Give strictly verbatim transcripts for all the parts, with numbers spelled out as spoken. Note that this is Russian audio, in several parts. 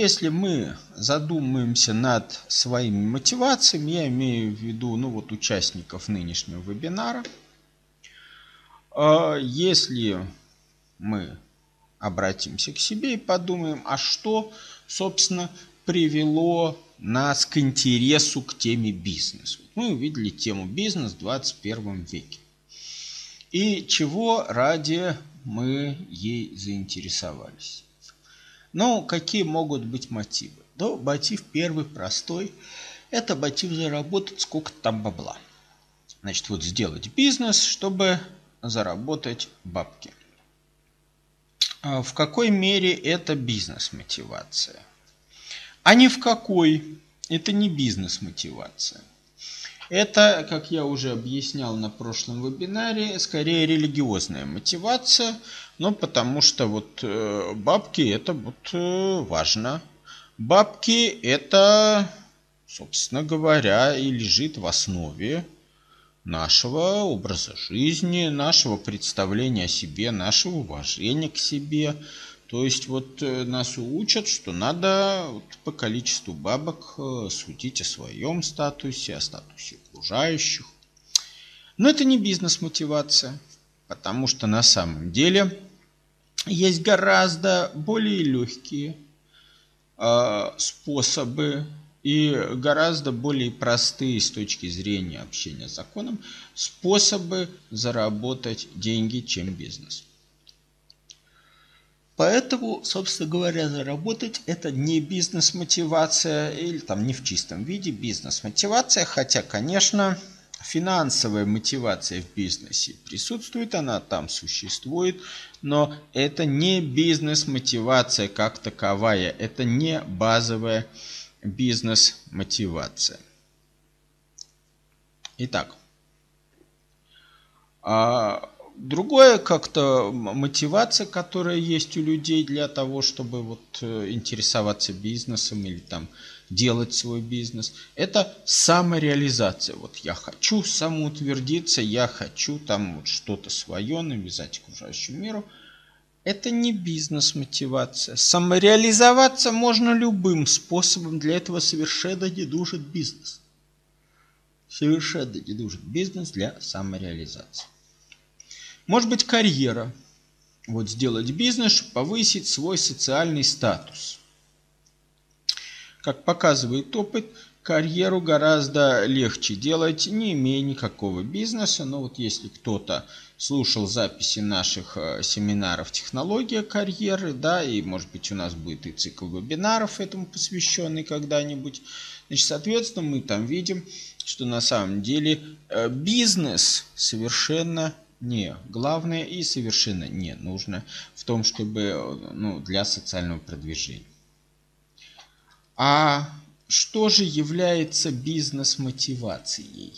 если мы задумаемся над своими мотивациями, я имею в виду, ну вот, участников нынешнего вебинара, если мы обратимся к себе и подумаем, а что, собственно, привело нас к интересу к теме бизнес. Мы увидели тему бизнес в двадцать первом веке. И чего ради мы ей заинтересовались? Ну, какие могут быть мотивы? Ну, мотив первый, простой. Это мотив заработать сколько-то там бабла. Значит, вот сделать бизнес, чтобы заработать бабки. А в какой мере это бизнес-мотивация? А ни в какой. Это не бизнес-мотивация. Это, как я уже объяснял на прошлом вебинаре, скорее религиозная мотивация, но потому что вот э, бабки это вот э, важно. Бабки это, собственно говоря, и лежит в основе нашего образа жизни, нашего представления о себе, нашего уважения к себе. То есть вот нас учат, что надо вот по количеству бабок судить о своем статусе, о статусе окружающих. Но это не бизнес-мотивация, потому что на самом деле есть гораздо более легкие э, способы и гораздо более простые с точки зрения общения с законом способы заработать деньги, чем бизнес. Поэтому, собственно говоря, заработать это не бизнес-мотивация или там не в чистом виде бизнес-мотивация, хотя, конечно, финансовая мотивация в бизнесе присутствует, она там существует, но это не бизнес-мотивация как таковая, это не базовая бизнес-мотивация. Итак, а другое как-то мотивация, которая есть у людей для того, чтобы вот интересоваться бизнесом или там делать свой бизнес, это самореализация. Вот я хочу самоутвердиться, я хочу там вот что-то свое навязать окружающему миру. Это не бизнес-мотивация. Самореализоваться можно любым способом, для этого совершенно не нужен бизнес. Совершенно не нужен бизнес для самореализации. Может быть, карьера. Вот сделать бизнес, чтобы повысить свой социальный статус. Как показывает опыт, карьеру гораздо легче делать, не имея никакого бизнеса. Но вот если кто-то слушал записи наших семинаров «Технология карьеры», да, и, может быть, у нас будет и цикл вебинаров этому посвященный когда-нибудь, значит, соответственно, мы там видим, что на самом деле бизнес совершенно не главное и совершенно не нужно в том, чтобы, ну, для социального продвижения. А что же является бизнес-мотивацией?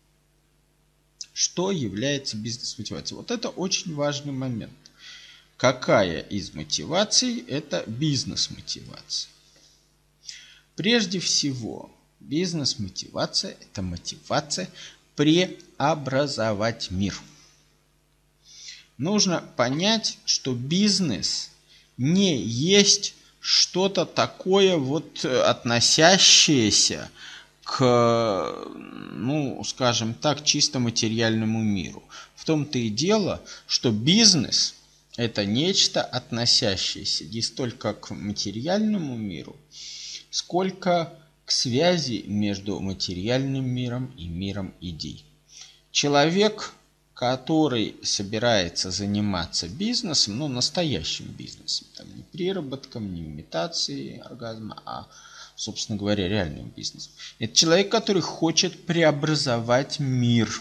Что является бизнес-мотивацией? Вот это очень важный момент. Какая из мотиваций это бизнес-мотивация? Прежде всего, бизнес-мотивация – это мотивация преобразовать мир. Нужно понять, что бизнес не есть что-то такое вот относящееся к, ну, скажем так, чисто материальному миру. В том-то и дело, что бизнес – это нечто, относящееся не столько к материальному миру, сколько к связи между материальным миром и миром идей. Человек, который собирается заниматься бизнесом, ну, настоящим бизнесом, там, не приработком, не имитацией оргазма, а, собственно говоря, реальным бизнесом. Это человек, который хочет преобразовать мир,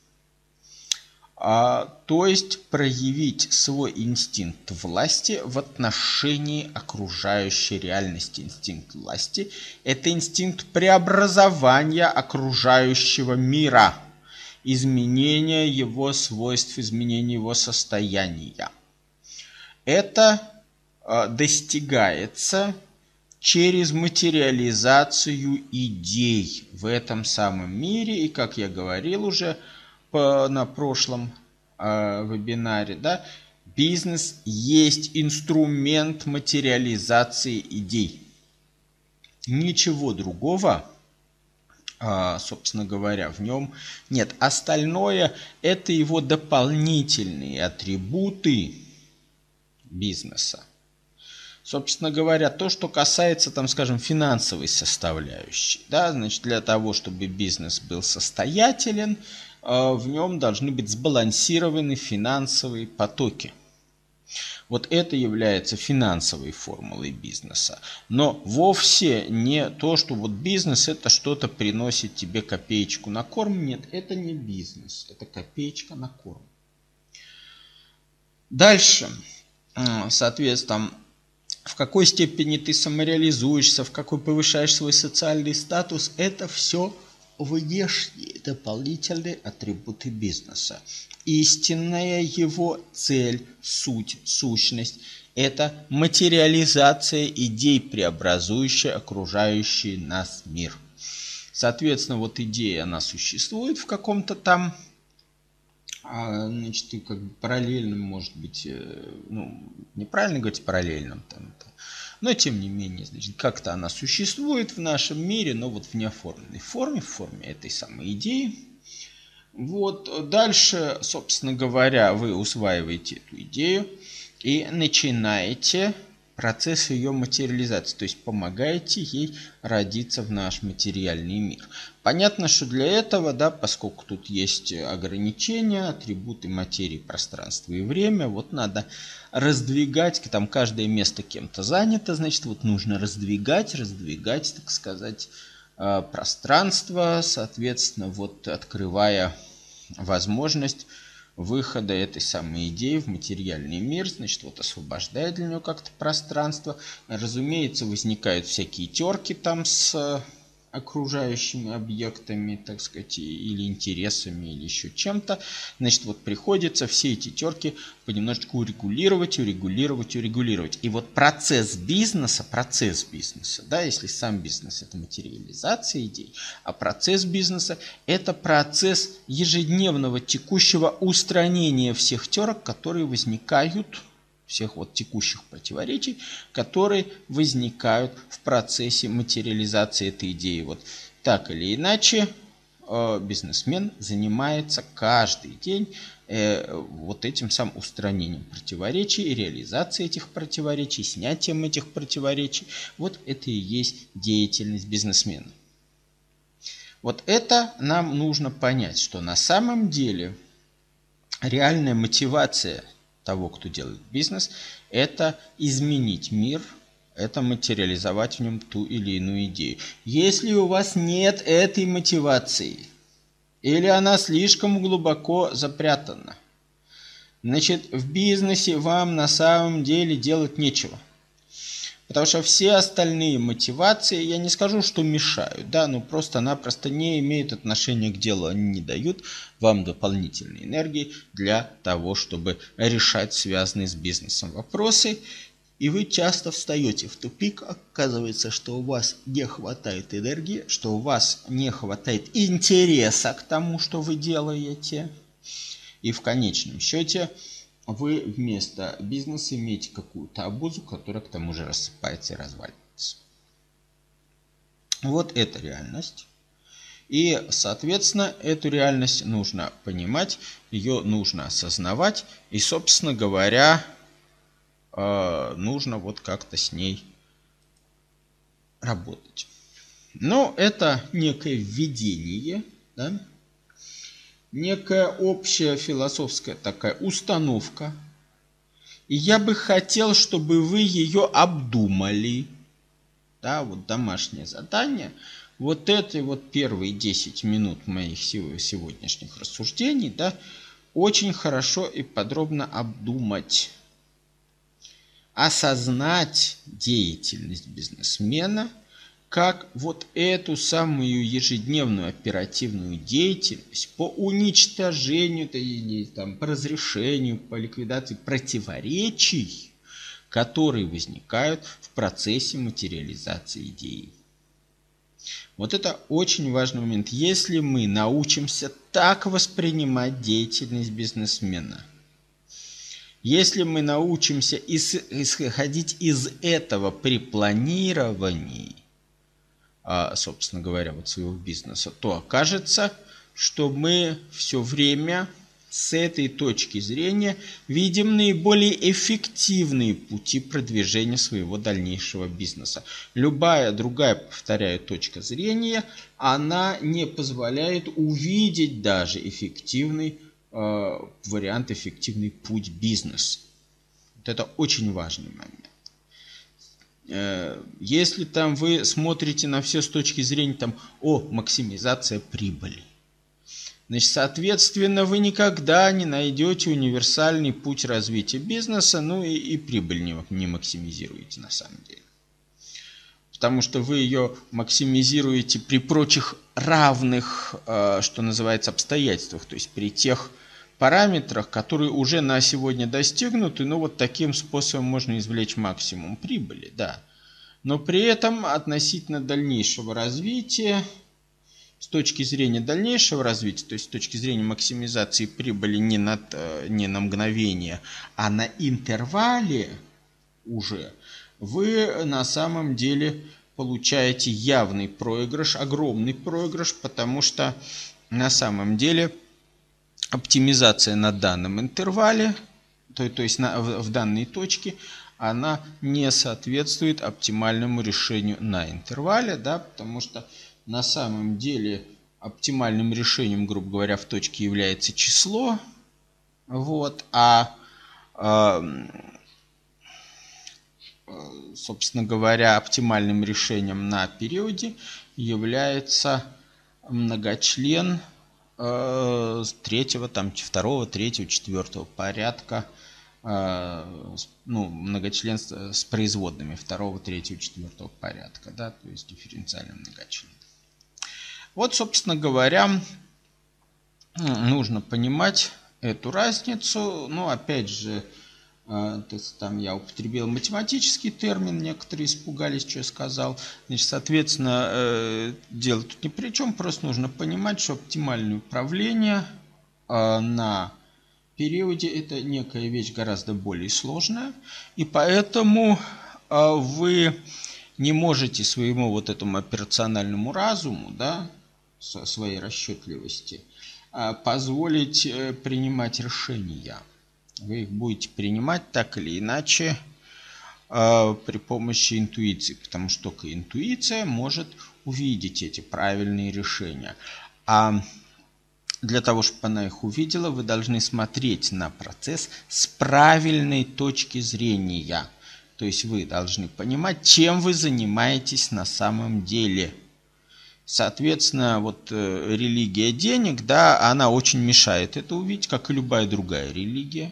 а, то есть проявить свой инстинкт власти в отношении окружающей реальности. Инстинкт власти – это инстинкт преобразования окружающего мира, изменения его свойств, изменения его состояния. Это э, достигается через материализацию идей в этом самом мире. И, как я говорил уже по, на прошлом э, вебинаре, да, бизнес есть инструмент материализации идей. Ничего другого, собственно говоря, в нем нет. Остальное – это его дополнительные атрибуты бизнеса. Собственно говоря, то, что касается, там, скажем, финансовой составляющей, да, значит, для того, чтобы бизнес был состоятелен, в нем должны быть сбалансированы финансовые потоки. Вот это является финансовой формулой бизнеса. Но вовсе не то, что вот бизнес это что-то приносит тебе копеечку на корм. Нет, это не бизнес, это копеечка на корм. Дальше, соответственно, в какой степени ты самореализуешься, в какой повышаешь свой социальный статус, это все внешние дополнительные атрибуты бизнеса. Истинная его цель, суть, сущность – это материализация идей, преобразующая окружающий нас мир. Соответственно, вот идея, она существует в каком-то там, значит, и как бы параллельном, может быть, ну, неправильно говорить параллельном, там, но тем не менее, значит, как-то она существует в нашем мире, но вот в неоформленной форме, в форме этой самой идеи. Вот дальше, собственно говоря, вы усваиваете эту идею и начинаете процесс ее материализации, то есть помогаете ей родиться в наш материальный мир. Понятно, что для этого, да, поскольку тут есть ограничения, атрибуты материи, пространства и время, вот надо раздвигать, там каждое место кем-то занято, значит, вот нужно раздвигать, раздвигать, так сказать, пространство, соответственно, вот открывая возможность выхода этой самой идеи в материальный мир, значит, вот освобождая для нее как-то пространство. Разумеется, возникают всякие терки там с окружающими объектами, так сказать, или интересами, или еще чем-то. Значит, вот приходится все эти терки понемножечку урегулировать, урегулировать, урегулировать. И вот процесс бизнеса, процесс бизнеса, да, если сам бизнес – это материализация идей, а процесс бизнеса – это процесс ежедневного текущего устранения всех терок, которые возникают, всех вот текущих противоречий, которые возникают в процессе материализации этой идеи. Вот так или иначе, э, бизнесмен занимается каждый день э, вот этим самым устранением противоречий, и реализацией этих противоречий, снятием этих противоречий. Вот это и есть деятельность бизнесмена. Вот это нам нужно понять, что на самом деле реальная мотивация того, кто делает бизнес, это изменить мир, это материализовать в нем ту или иную идею. Если у вас нет этой мотивации, или она слишком глубоко запрятана, значит, в бизнесе вам на самом деле делать нечего. Потому что все остальные мотивации, я не скажу, что мешают, да, но просто-напросто не имеют отношения к делу. Они не дают вам дополнительной энергии для того, чтобы решать связанные с бизнесом вопросы. И вы часто встаете в тупик. Оказывается, что у вас не хватает энергии, что у вас не хватает интереса к тому, что вы делаете. И в конечном счете вы вместо бизнеса имеете какую-то обузу, которая к тому же рассыпается и разваливается. Вот это реальность. И, соответственно, эту реальность нужно понимать, ее нужно осознавать. И, собственно говоря, нужно вот как-то с ней работать. Но это некое введение, да? Некая общая философская такая установка. И я бы хотел, чтобы вы ее обдумали. Да, вот домашнее задание. Вот это вот первые десять минут моих сегодняшних рассуждений, да, очень хорошо и подробно обдумать. Осознать деятельность бизнесмена как вот эту самую ежедневную оперативную деятельность по уничтожению или там, по разрешению, по ликвидации противоречий, которые возникают в процессе материализации идеи. Вот это очень важный момент. Если мы научимся так воспринимать деятельность бизнесмена, если мы научимся исходить из этого при планировании, собственно говоря, вот своего бизнеса, то окажется, что мы все время с этой точки зрения видим наиболее эффективные пути продвижения своего дальнейшего бизнеса. Любая другая, повторяю, точка зрения, она не позволяет увидеть даже эффективный э, вариант, эффективный путь бизнеса. Вот это очень важный момент. Э, если там вы смотрите на все с точки зрения там, о, максимизация прибыли, значит, соответственно, вы никогда не найдете универсальный путь развития бизнеса, ну и, и прибыль не, не максимизируете на самом деле. Потому что вы ее максимизируете при прочих равных, э, что называется, обстоятельствах, то есть при тех параметрах, которые уже на сегодня достигнуты, ну вот таким способом можно извлечь максимум прибыли, да. Но при этом относительно дальнейшего развития, с точки зрения дальнейшего развития, то есть с точки зрения максимизации прибыли не на, не на мгновение, а на интервале уже, вы на самом деле получаете явный проигрыш, огромный проигрыш, потому что на самом деле оптимизация на данном интервале, то, то есть на, в, в данной точке, она не соответствует оптимальному решению на интервале, да, потому что на самом деле оптимальным решением, грубо говоря, в точке является число, вот, а, э, собственно говоря, оптимальным решением на периоде является многочлен э, третьего, там, второго, третьего, четвертого порядка, э, ну, многочлен с, с производными второго, третьего, четвертого порядка, да, то есть дифференциальный многочлен. Вот, собственно говоря, нужно понимать эту разницу. Ну, опять же, там я употребил математический термин, некоторые испугались, что я сказал. Значит, соответственно, дело тут ни при чем, просто нужно понимать, что оптимальное управление на периоде – это некая вещь гораздо более сложная, и поэтому вы не можете своему вот этому операциональному разуму, да, со своей расчетливости, позволить принимать решения. Вы их будете принимать так или иначе при помощи интуиции, потому что только интуиция может увидеть эти правильные решения. А для того, чтобы она их увидела, вы должны смотреть на процесс с правильной точки зрения. То есть вы должны понимать, чем вы занимаетесь на самом деле. Соответственно, вот э, религия денег, да, она очень мешает это увидеть, как и любая другая религия.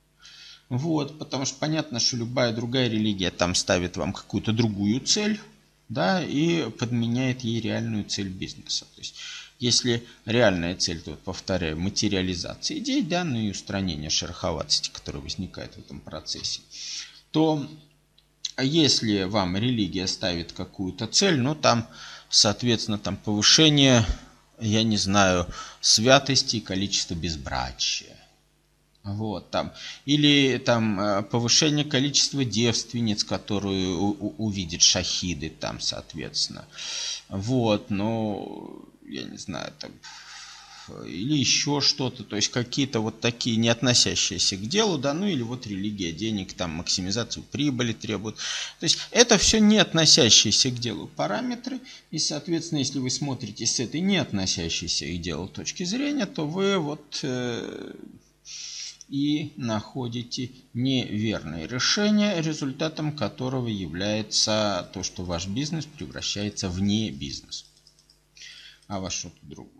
Вот, потому что понятно, что любая другая религия там ставит вам какую-то другую цель, да, и подменяет ей реальную цель бизнеса. То есть, если реальная цель, то, повторяю, материализация идей, да, ну и устранение шероховатости, которая возникает в этом процессе, то если вам религия ставит какую-то цель, ну там, соответственно, там повышение, я не знаю, святости и количества безбрачия. Вот, там. Или там повышение количества девственниц, которые увидят шахиды, там, соответственно. Вот, ну, я не знаю, там, или еще что-то, то есть какие-то вот такие не относящиеся к делу, да, ну или вот религия денег, там, максимизацию прибыли требует. То есть это все не относящиеся к делу параметры, и, соответственно, если вы смотрите с этой не относящейся к делу точки зрения, то вы вот... Э и находите неверное решение, результатом которого является то, что ваш бизнес превращается в не бизнес, а во что-то другое.